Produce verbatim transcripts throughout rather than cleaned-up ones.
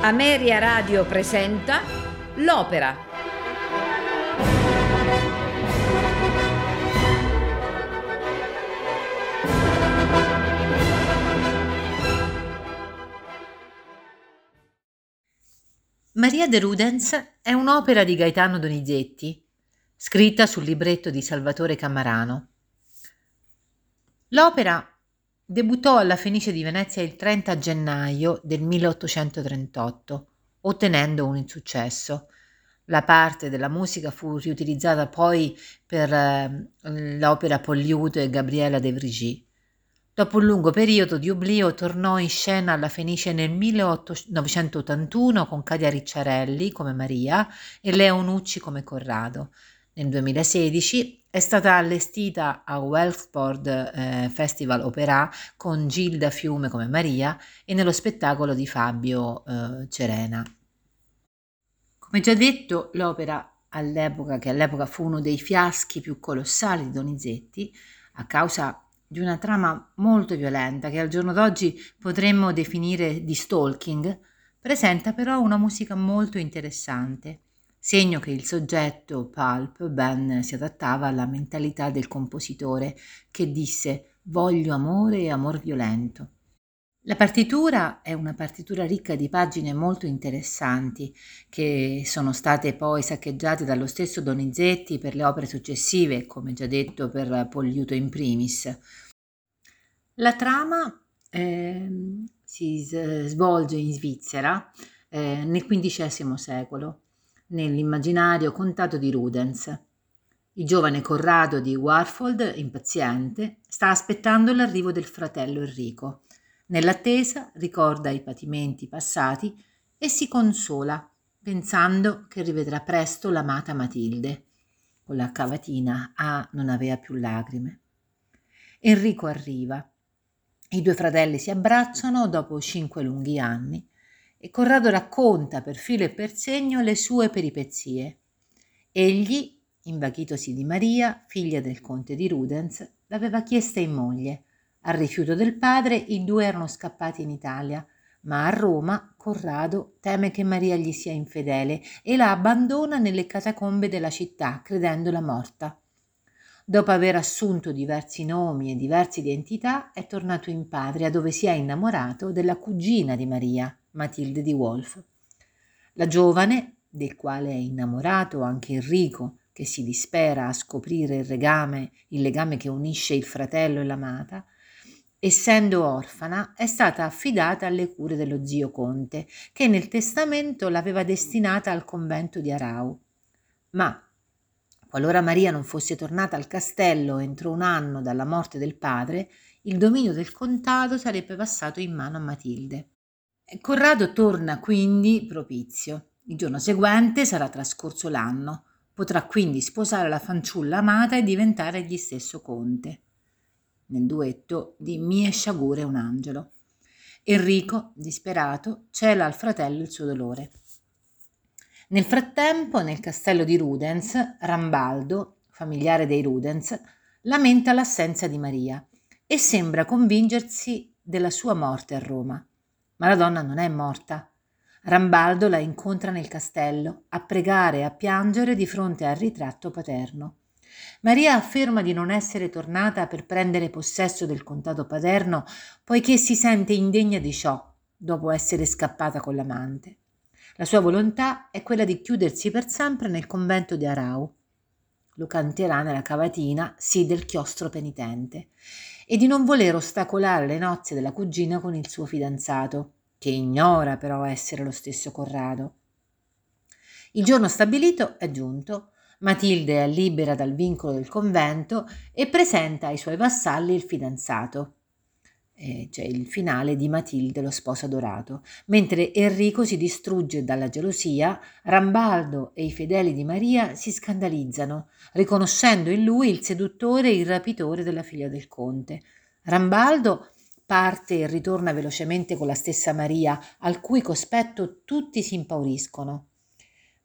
Ameria Radio presenta L'Opera. Maria de Rudens è un'opera di Gaetano Donizetti, scritta sul libretto di Salvatore Cammarano. L'opera debuttò alla Fenice di Venezia il trenta gennaio del milleottocentotrentotto, ottenendo un insuccesso. La parte della musica fu riutilizzata poi per eh, l'opera Poliuto e Gabriela de Vrigy. Dopo un lungo periodo di oblio tornò in scena alla Fenice nel millenovecentottantuno con Katia Ricciarelli come Maria e Leo Nucci come Corrado. Nel duemilasedici è stata allestita a Wellsport eh, Festival Opera con Gilda Fiume come Maria e nello spettacolo di Fabio eh, Cerena. Come già detto, l'opera all'epoca, che all'epoca fu uno dei fiaschi più colossali di Donizetti, a causa di una trama molto violenta che al giorno d'oggi potremmo definire di stalking, presenta però una musica molto interessante, segno che il soggetto pulp ben si adattava alla mentalità del compositore che disse «voglio amore e amor violento». La partitura è una partitura ricca di pagine molto interessanti che sono state poi saccheggiate dallo stesso Donizetti per le opere successive, come già detto per Poliuto in primis. La trama eh, si svolge in Svizzera eh, nel quindicesimo secolo, nell'immaginario contato di Rudens. Il giovane Corrado di Warfold, impaziente, sta aspettando l'arrivo del fratello Enrico. Nell'attesa ricorda i patimenti passati e si consola, pensando che rivedrà presto l'amata Matilde. Con la cavatina A non aveva più lacrime. Enrico arriva. I due fratelli si abbracciano dopo cinque lunghi anni e Corrado racconta per filo e per segno le sue peripezie. Egli, invaghitosi di Maria, figlia del conte di Rudens, l'aveva chiesta in moglie. Al rifiuto del padre i due erano scappati in Italia, ma a Roma Corrado teme che Maria gli sia infedele e la abbandona nelle catacombe della città, credendola morta. Dopo aver assunto diversi nomi e diverse identità, è tornato in patria, dove si è innamorato della cugina di Maria, Matilde di Wolf. La giovane, del quale è innamorato anche Enrico, che si dispera a scoprire il legame, il legame che unisce il fratello e l'amata, essendo orfana, è stata affidata alle cure dello zio conte, che nel testamento l'aveva destinata al convento di Arau. Ma, qualora Maria non fosse tornata al castello entro un anno dalla morte del padre, il dominio del contado sarebbe passato in mano a Matilde. Corrado torna quindi propizio. Il giorno seguente sarà trascorso l'anno. Potrà quindi sposare la fanciulla amata e diventare egli stesso conte. Nel duetto di Mie sciagure un angelo. Enrico, disperato, cela al fratello il suo dolore. Nel frattempo, nel castello di Rudens, Rambaldo, familiare dei Rudens, lamenta l'assenza di Maria e sembra convincersi della sua morte a Roma. Ma la donna non è morta. Rambaldo la incontra nel castello, a pregare e a piangere di fronte al ritratto paterno. Maria afferma di non essere tornata per prendere possesso del contado paterno, poiché si sente indegna di ciò, dopo essere scappata con l'amante. La sua volontà è quella di chiudersi per sempre nel convento di Arau. Lo canterà nella cavatina, sì del chiostro penitente, e di non voler ostacolare le nozze della cugina con il suo fidanzato, che ignora però essere lo stesso Corrado. Il giorno stabilito è giunto. Matilde è libera dal vincolo del convento e presenta ai suoi vassalli il fidanzato, eh, cioè il finale di Matilde, lo sposo adorato. Mentre Enrico si distrugge dalla gelosia, Rambaldo e i fedeli di Maria si scandalizzano, riconoscendo in lui il seduttore e il rapitore della figlia del conte. Rambaldo parte e ritorna velocemente con la stessa Maria, al cui cospetto tutti si impauriscono.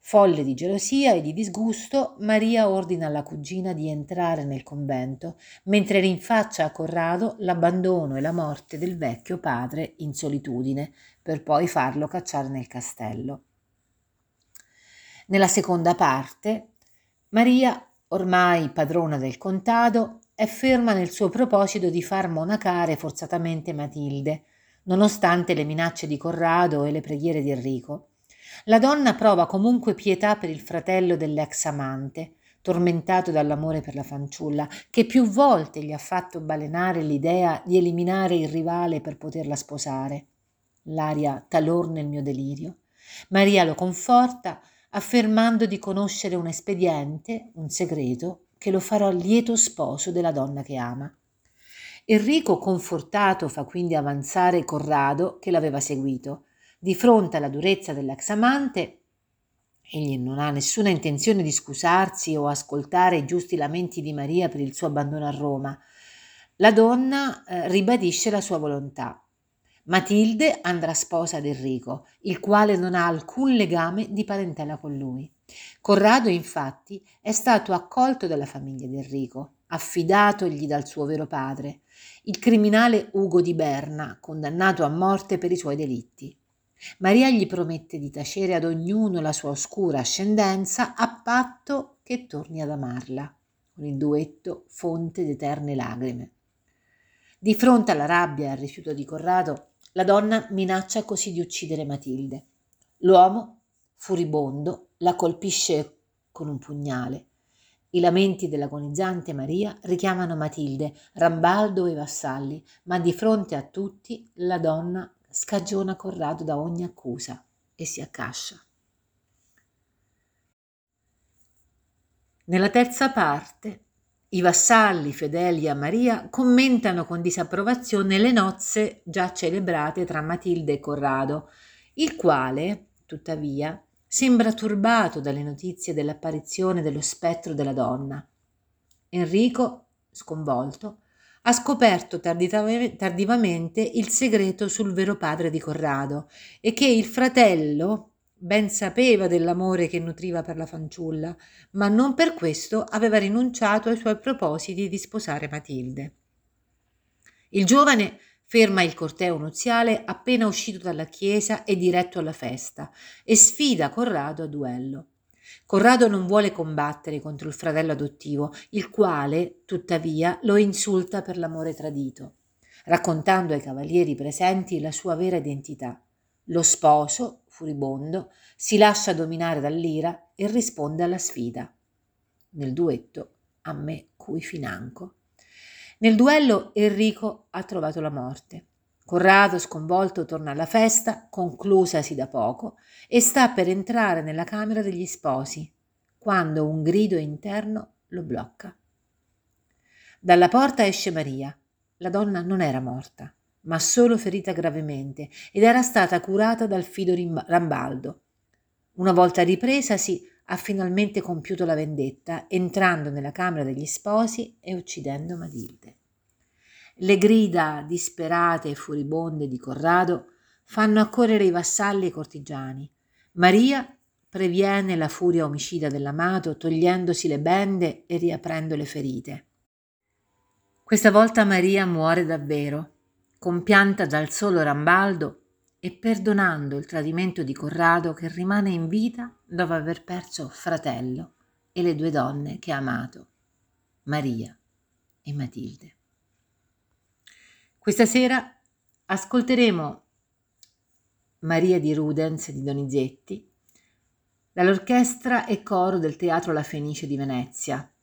Folle di gelosia e di disgusto, Maria ordina alla cugina di entrare nel convento, mentre rinfaccia a Corrado l'abbandono e la morte del vecchio padre in solitudine, per poi farlo cacciare nel castello. Nella seconda parte, Maria, ormai padrona del contado, è ferma nel suo proposito di far monacare forzatamente Matilde, nonostante le minacce di Corrado e le preghiere di Enrico. La donna prova comunque pietà per il fratello dell'ex amante, tormentato dall'amore per la fanciulla, che più volte gli ha fatto balenare l'idea di eliminare il rivale per poterla sposare. L'aria talor nel mio delirio. Maria lo conforta, affermando di conoscere un espediente, un segreto, che lo farà lieto sposo della donna che ama. Enrico, confortato, fa quindi avanzare Corrado, che l'aveva seguito. Di fronte alla durezza dell'ex amante, egli non ha nessuna intenzione di scusarsi o ascoltare i giusti lamenti di Maria per il suo abbandono a Roma. La donna eh, ribadisce la sua volontà. Matilde andrà sposa ad Enrico, il quale non ha alcun legame di parentela con lui. Corrado, infatti, è stato accolto dalla famiglia di Enrico, affidatogli dal suo vero padre, il criminale Ugo di Berna, condannato a morte per i suoi delitti. Maria gli promette di tacere ad ognuno la sua oscura ascendenza a patto che torni ad amarla, con il duetto fonte d'eterne lagrime. Di fronte alla rabbia e al rifiuto di Corrado, la donna minaccia così di uccidere Matilde. L'uomo, furibondo, la colpisce con un pugnale. I lamenti dell'agonizzante Maria richiamano Matilde, Rambaldo e i vassalli, ma di fronte a tutti la donna scagiona Corrado da ogni accusa e si accascia. Nella terza parte, i vassalli fedeli a Maria commentano con disapprovazione le nozze già celebrate tra Matilde e Corrado, il quale, tuttavia, sembra turbato dalle notizie dell'apparizione dello spettro della donna. Enrico, sconvolto, ha scoperto tardivamente il segreto sul vero padre di Corrado e che il fratello ben sapeva dell'amore che nutriva per la fanciulla, ma non per questo aveva rinunciato ai suoi propositi di sposare Matilde. Il giovane ferma il corteo nuziale appena uscito dalla chiesa e diretto alla festa e sfida Corrado a duello. Corrado non vuole combattere contro il fratello adottivo, il quale, tuttavia, lo insulta per l'amore tradito, raccontando ai cavalieri presenti la sua vera identità. Lo sposo, furibondo, si lascia dominare dall'ira e risponde alla sfida. Nel duetto, a me cui financo. Nel duello Enrico ha trovato la morte. Corrado, sconvolto, torna alla festa, conclusasi da poco, e sta per entrare nella camera degli sposi, quando un grido interno lo blocca. Dalla porta esce Maria. La donna non era morta, ma solo ferita gravemente, ed era stata curata dal fido Rambaldo. Una volta ripresasi, ha finalmente compiuto la vendetta, entrando nella camera degli sposi e uccidendo Matilde. Le grida disperate e furibonde di Corrado fanno accorrere i vassalli e i cortigiani. Maria previene la furia omicida dell'amato, togliendosi le bende e riaprendo le ferite. Questa volta Maria muore davvero, compianta dal solo Rambaldo e perdonando il tradimento di Corrado, che rimane in vita dopo aver perso fratello e le due donne che ha amato, Maria e Matilde. Questa sera ascolteremo Maria di Rudens di Donizetti dall'orchestra e coro del Teatro La Fenice di Venezia,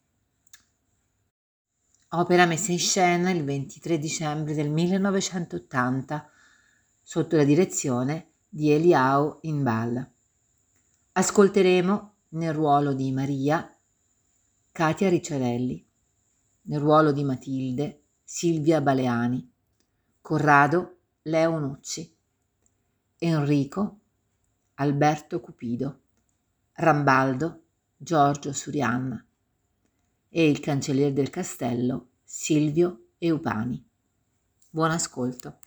opera messa in scena il ventitré dicembre del millenovecentottanta sotto la direzione di Eliao Inbal. Ascolteremo nel ruolo di Maria Katia Ricciarelli, nel ruolo di Matilde Silvia Baleani, Corrado Leo Nucci, Enrico Alberto Cupido, Rambaldo Giorgio Surian e il cancelliere del castello Silvio Eupani. Buon ascolto.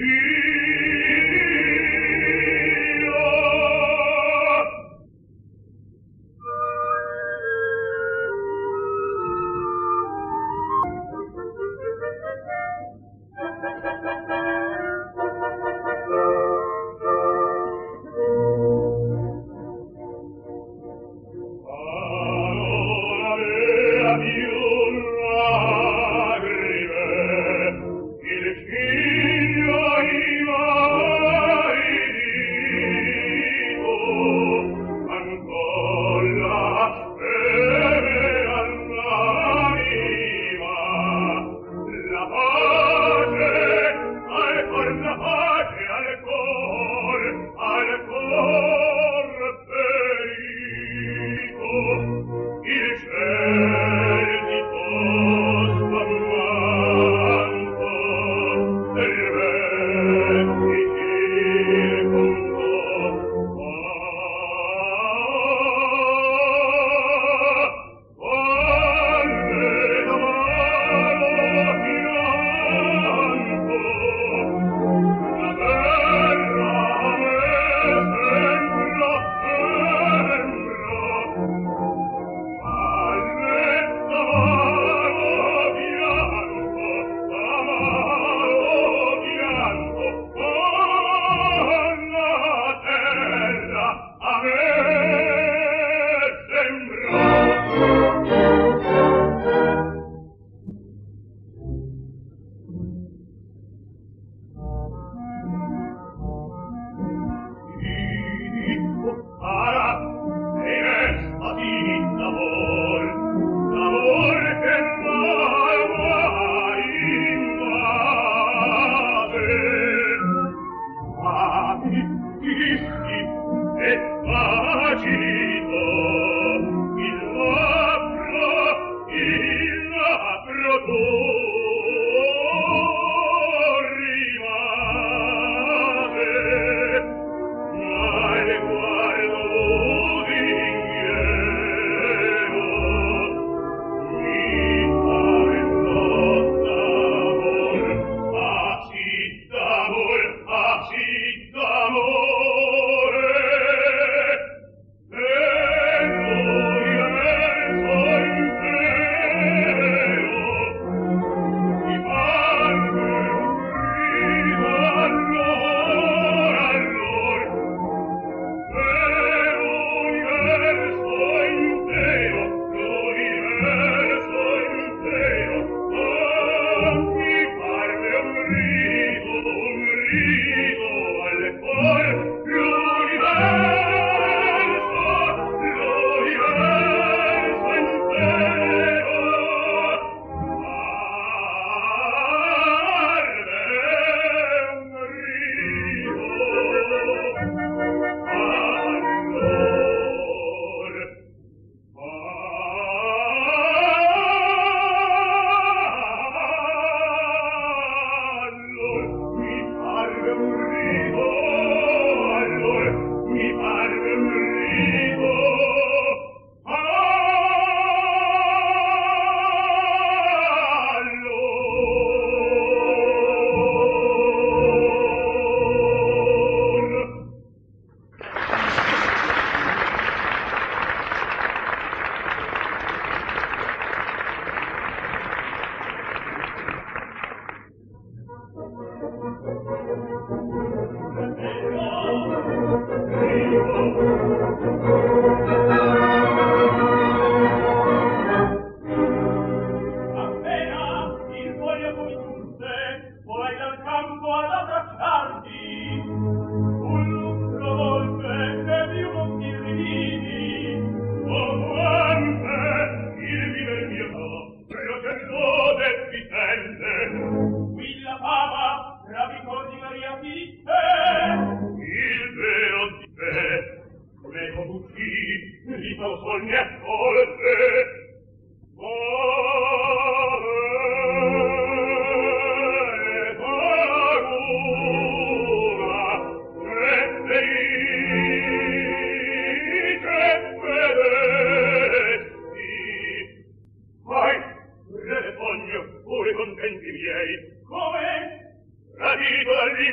Il figlio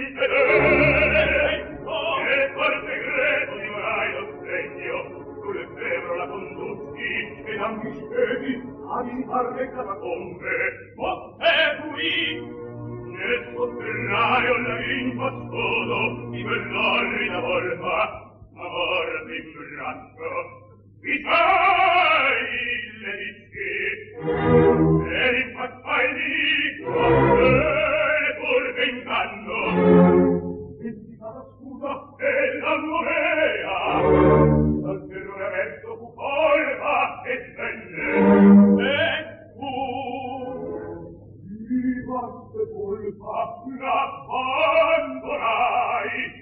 infedele, e col segreto dimorai lo stegno, sul febro la condutti, e ampi scesi a visitar le catacombe, motte qui, nel sotterraneo la linfa scudo, di quell'orrida volpa, a morte in braccio, i sai le dici, e infatti di le curve in danno, e si fa scusa e la movea, dal terrore aperto fu colpa e svenne, e tu, viva sepolpa, l'abbandorai,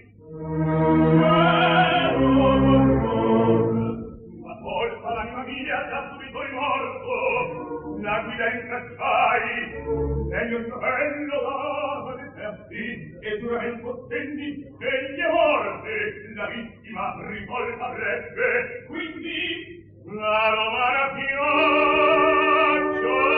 ma colpa l'anima mia da subito rimorso, la guida incacciai, e mio fratello dava le ferti, e giuramento stenni, egli è morte, la vittima rivolta avrebbe, quindi la romana piaccia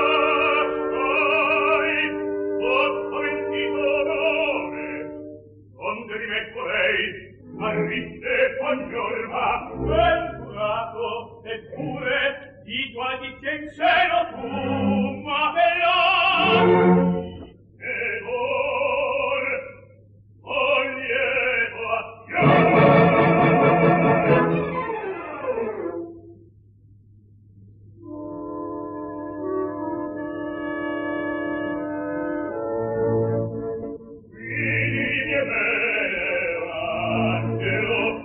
stai, sotto mentito onore, onde di me colei arrisse ognorma venturato, eppure di qual dicenze lo fu, ma però ed or voglievo assieme. Vidi mie belle angelo,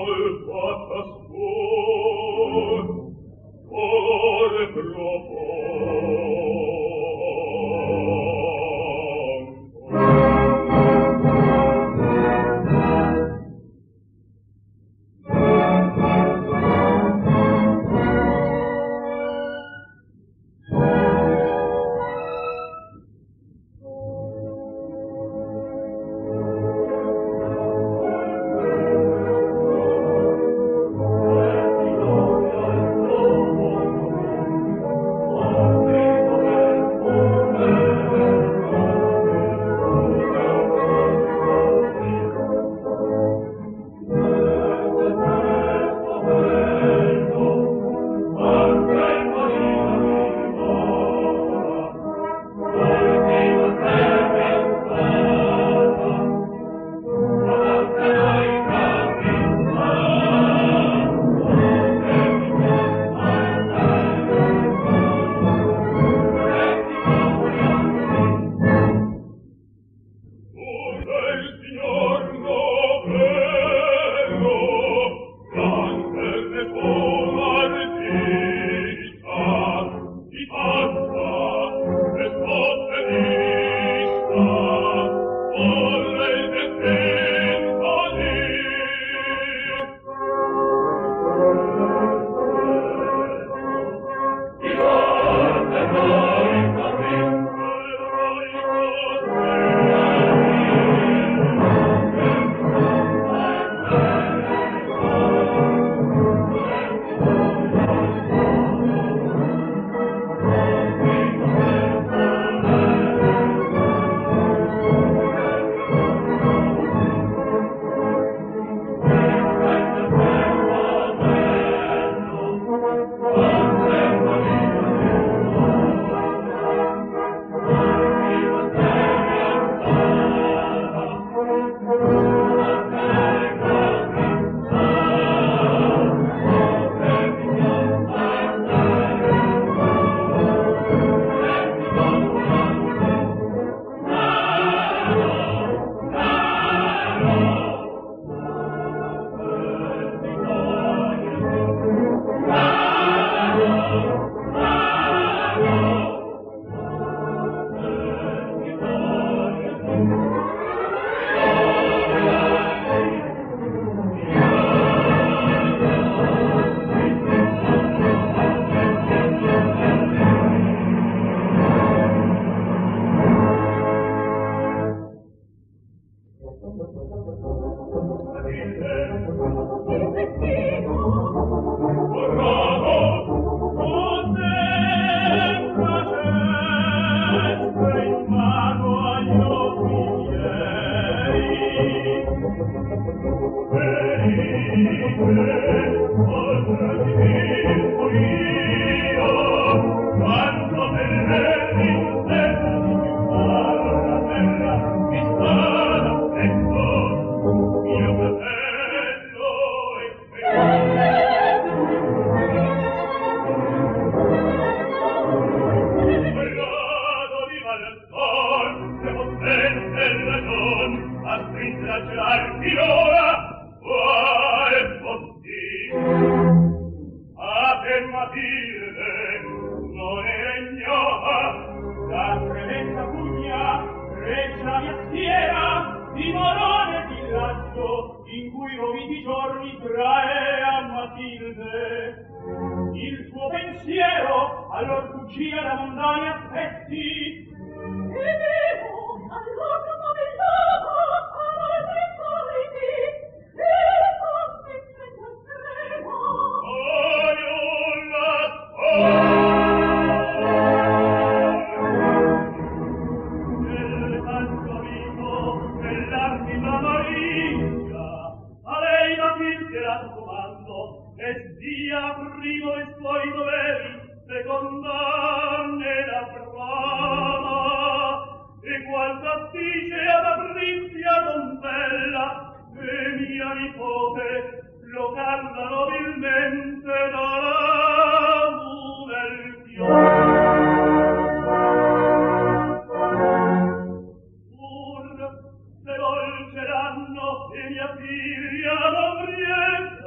E mia figlia non riesce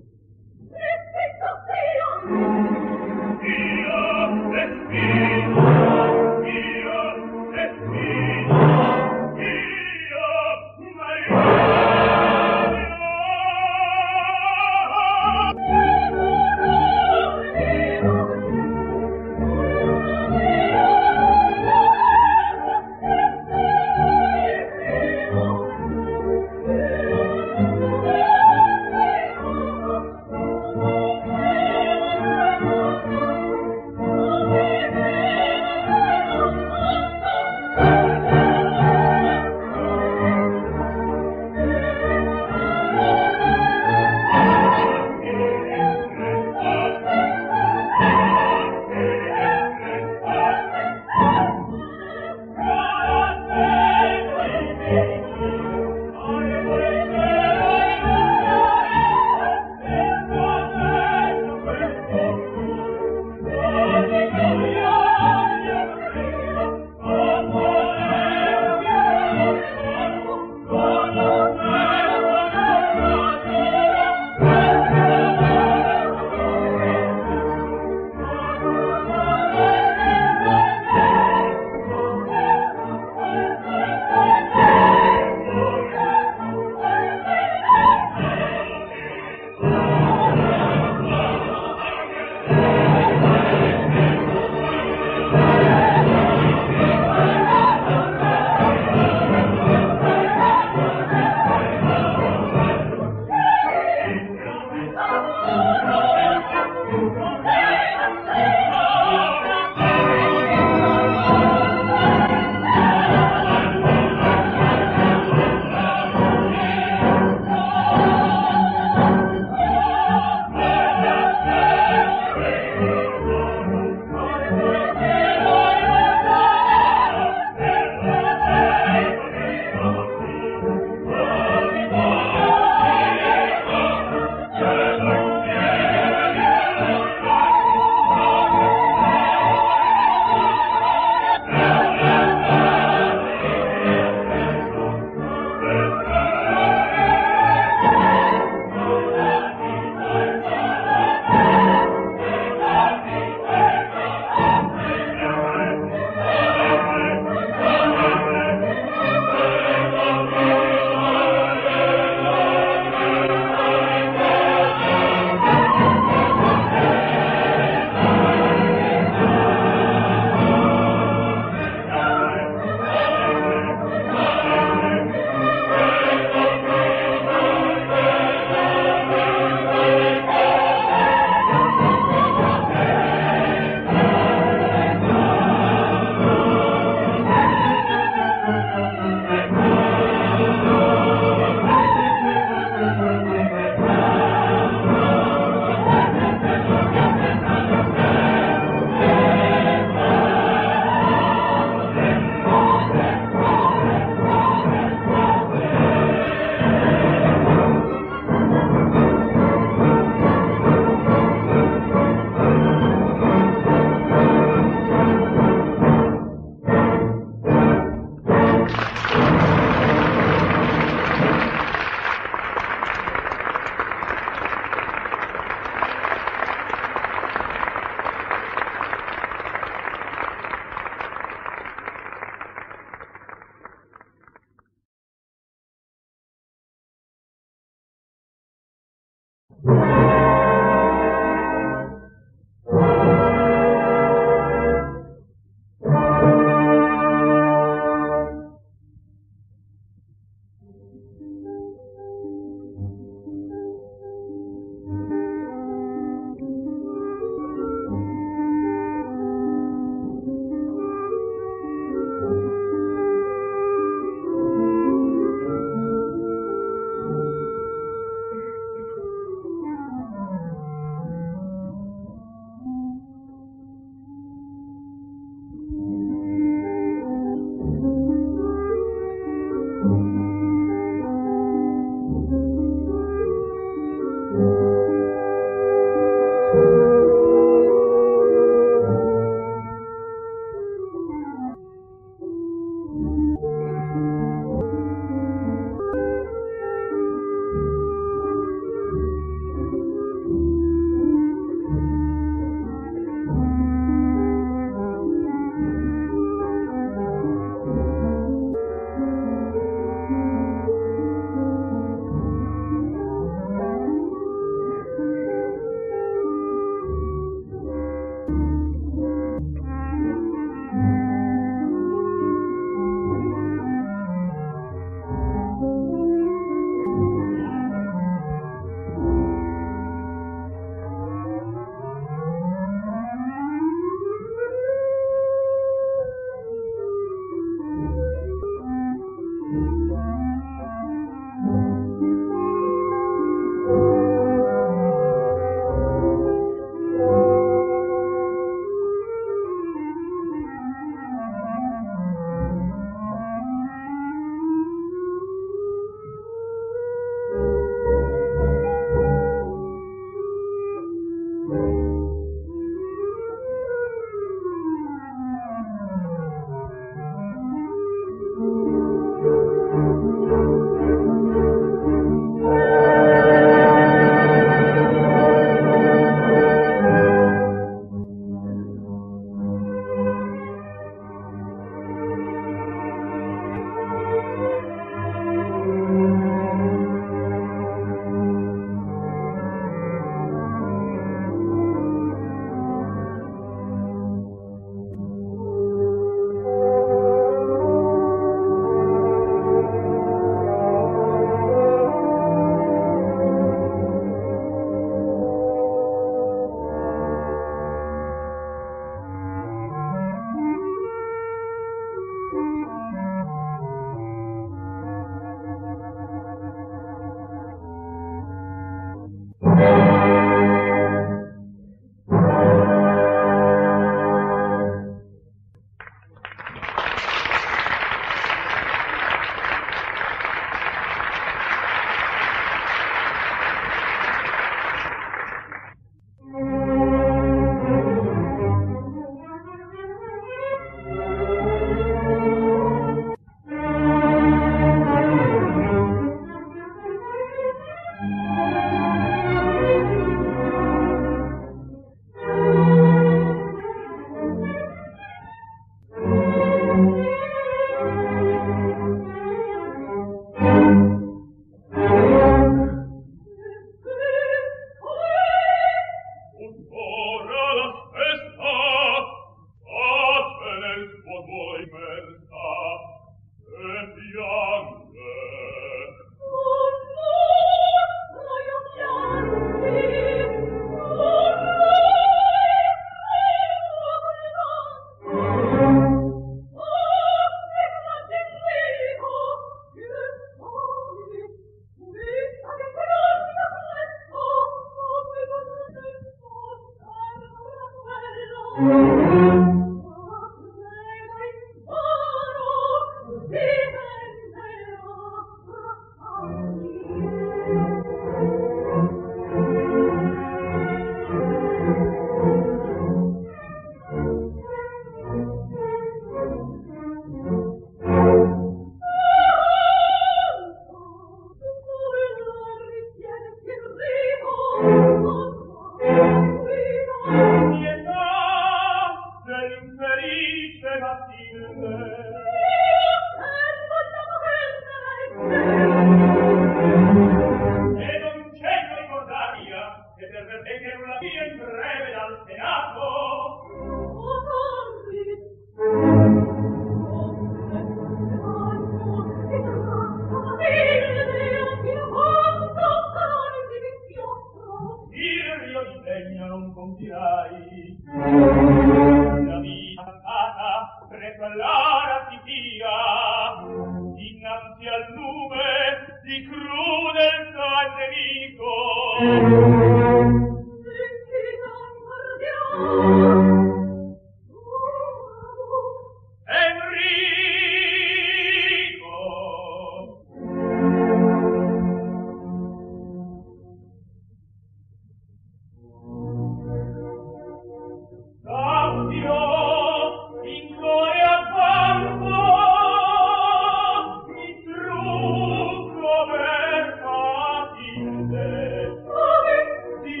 Sì,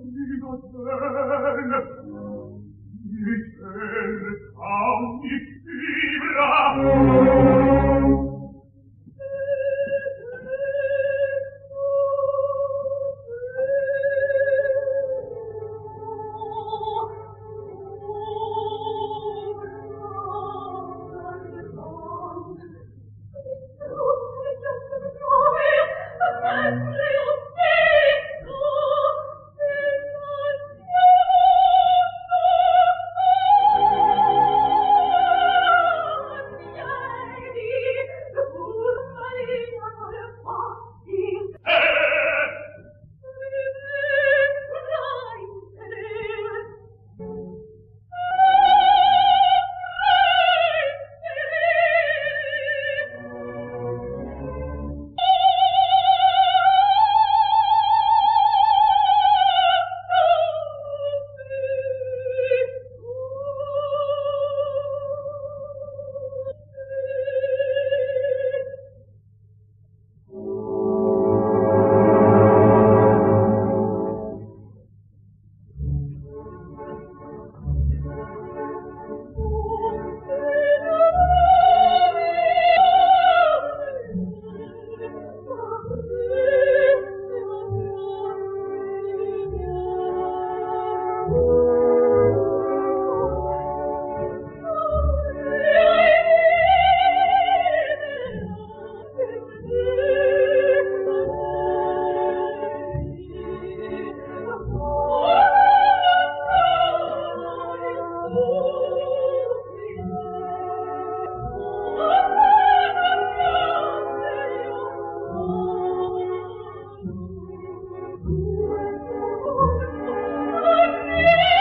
Thank you.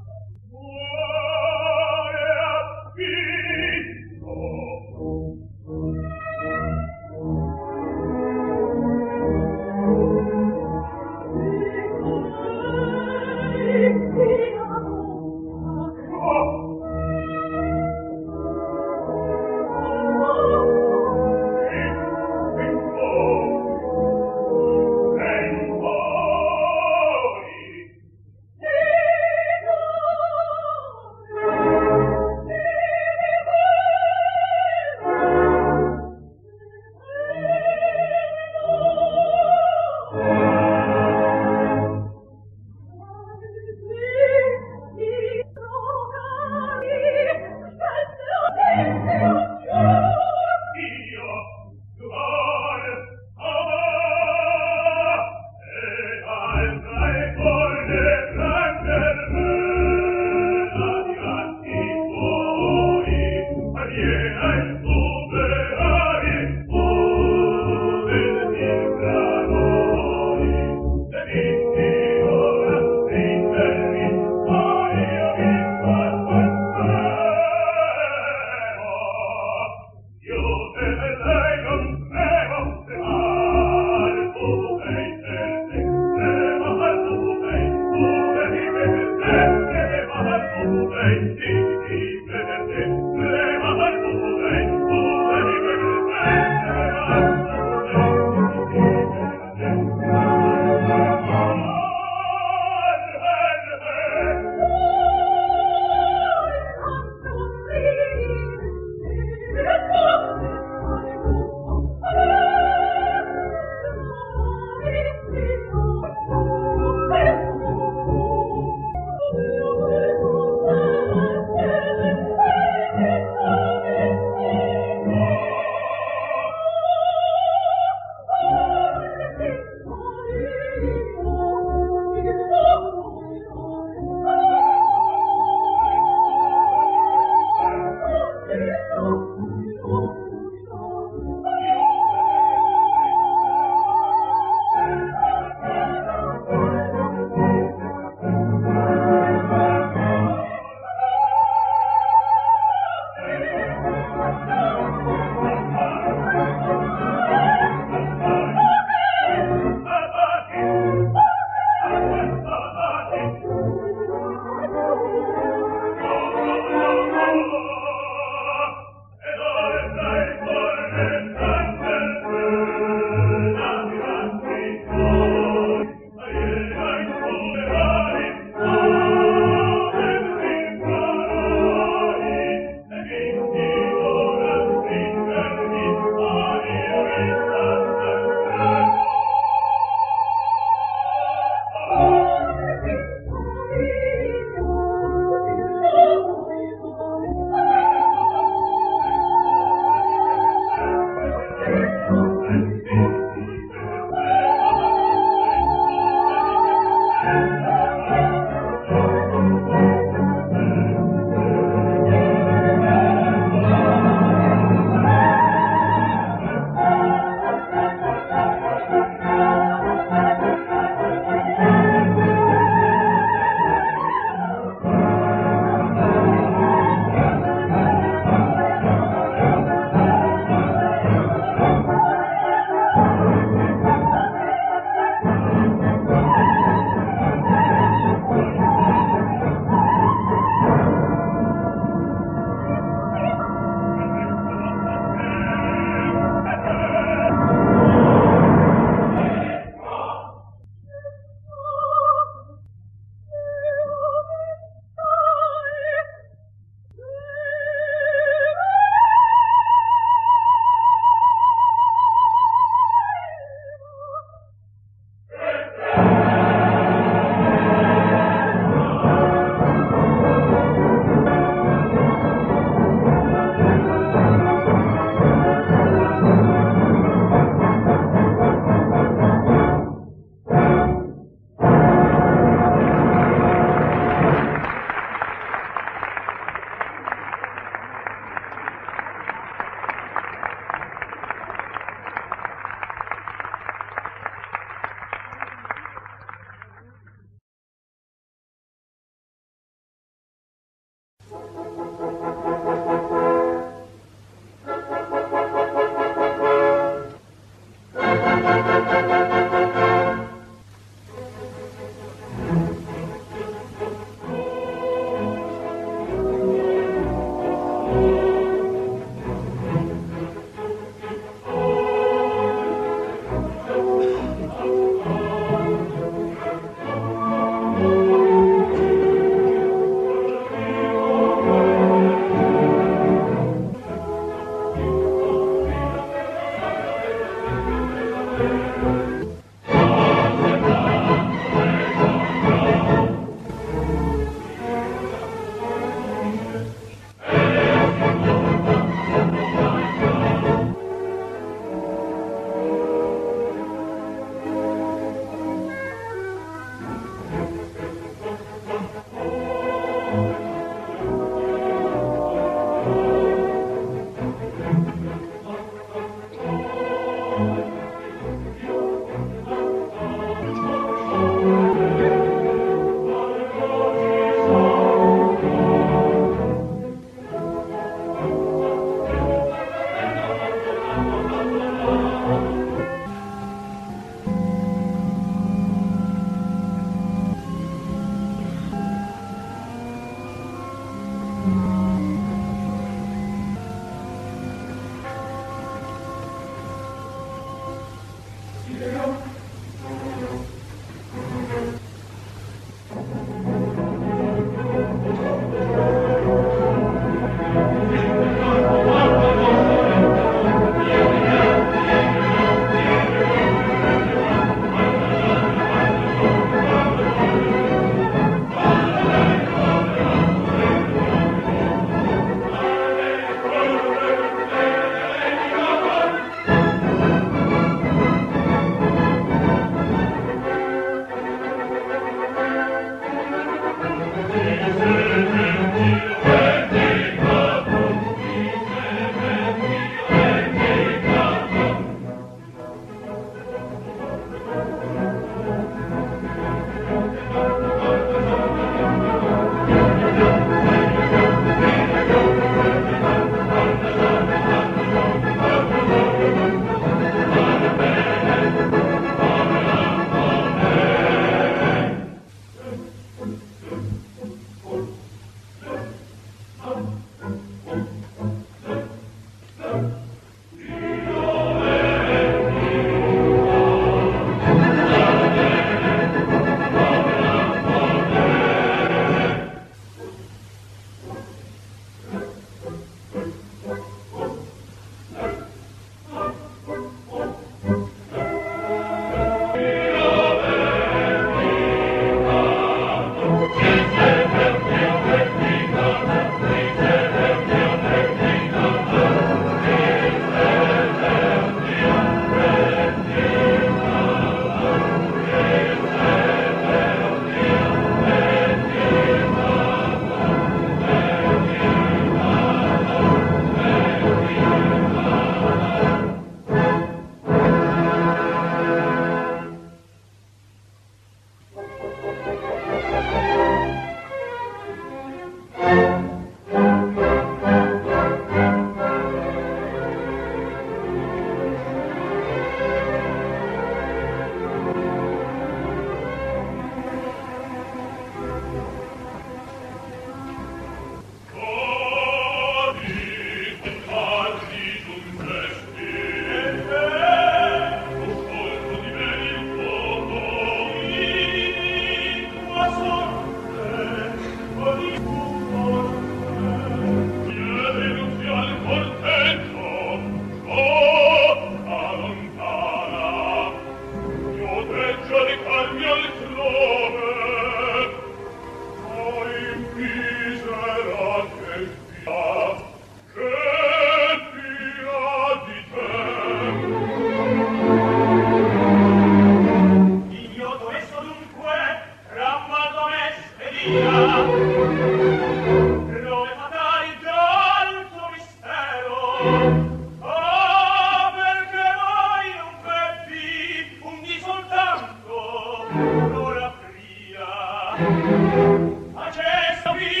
Accesso qui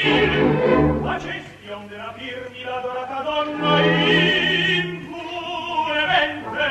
La gestione della firmida dorata donna impunemente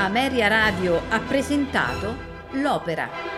Ameria Radio ha presentato L'Opera.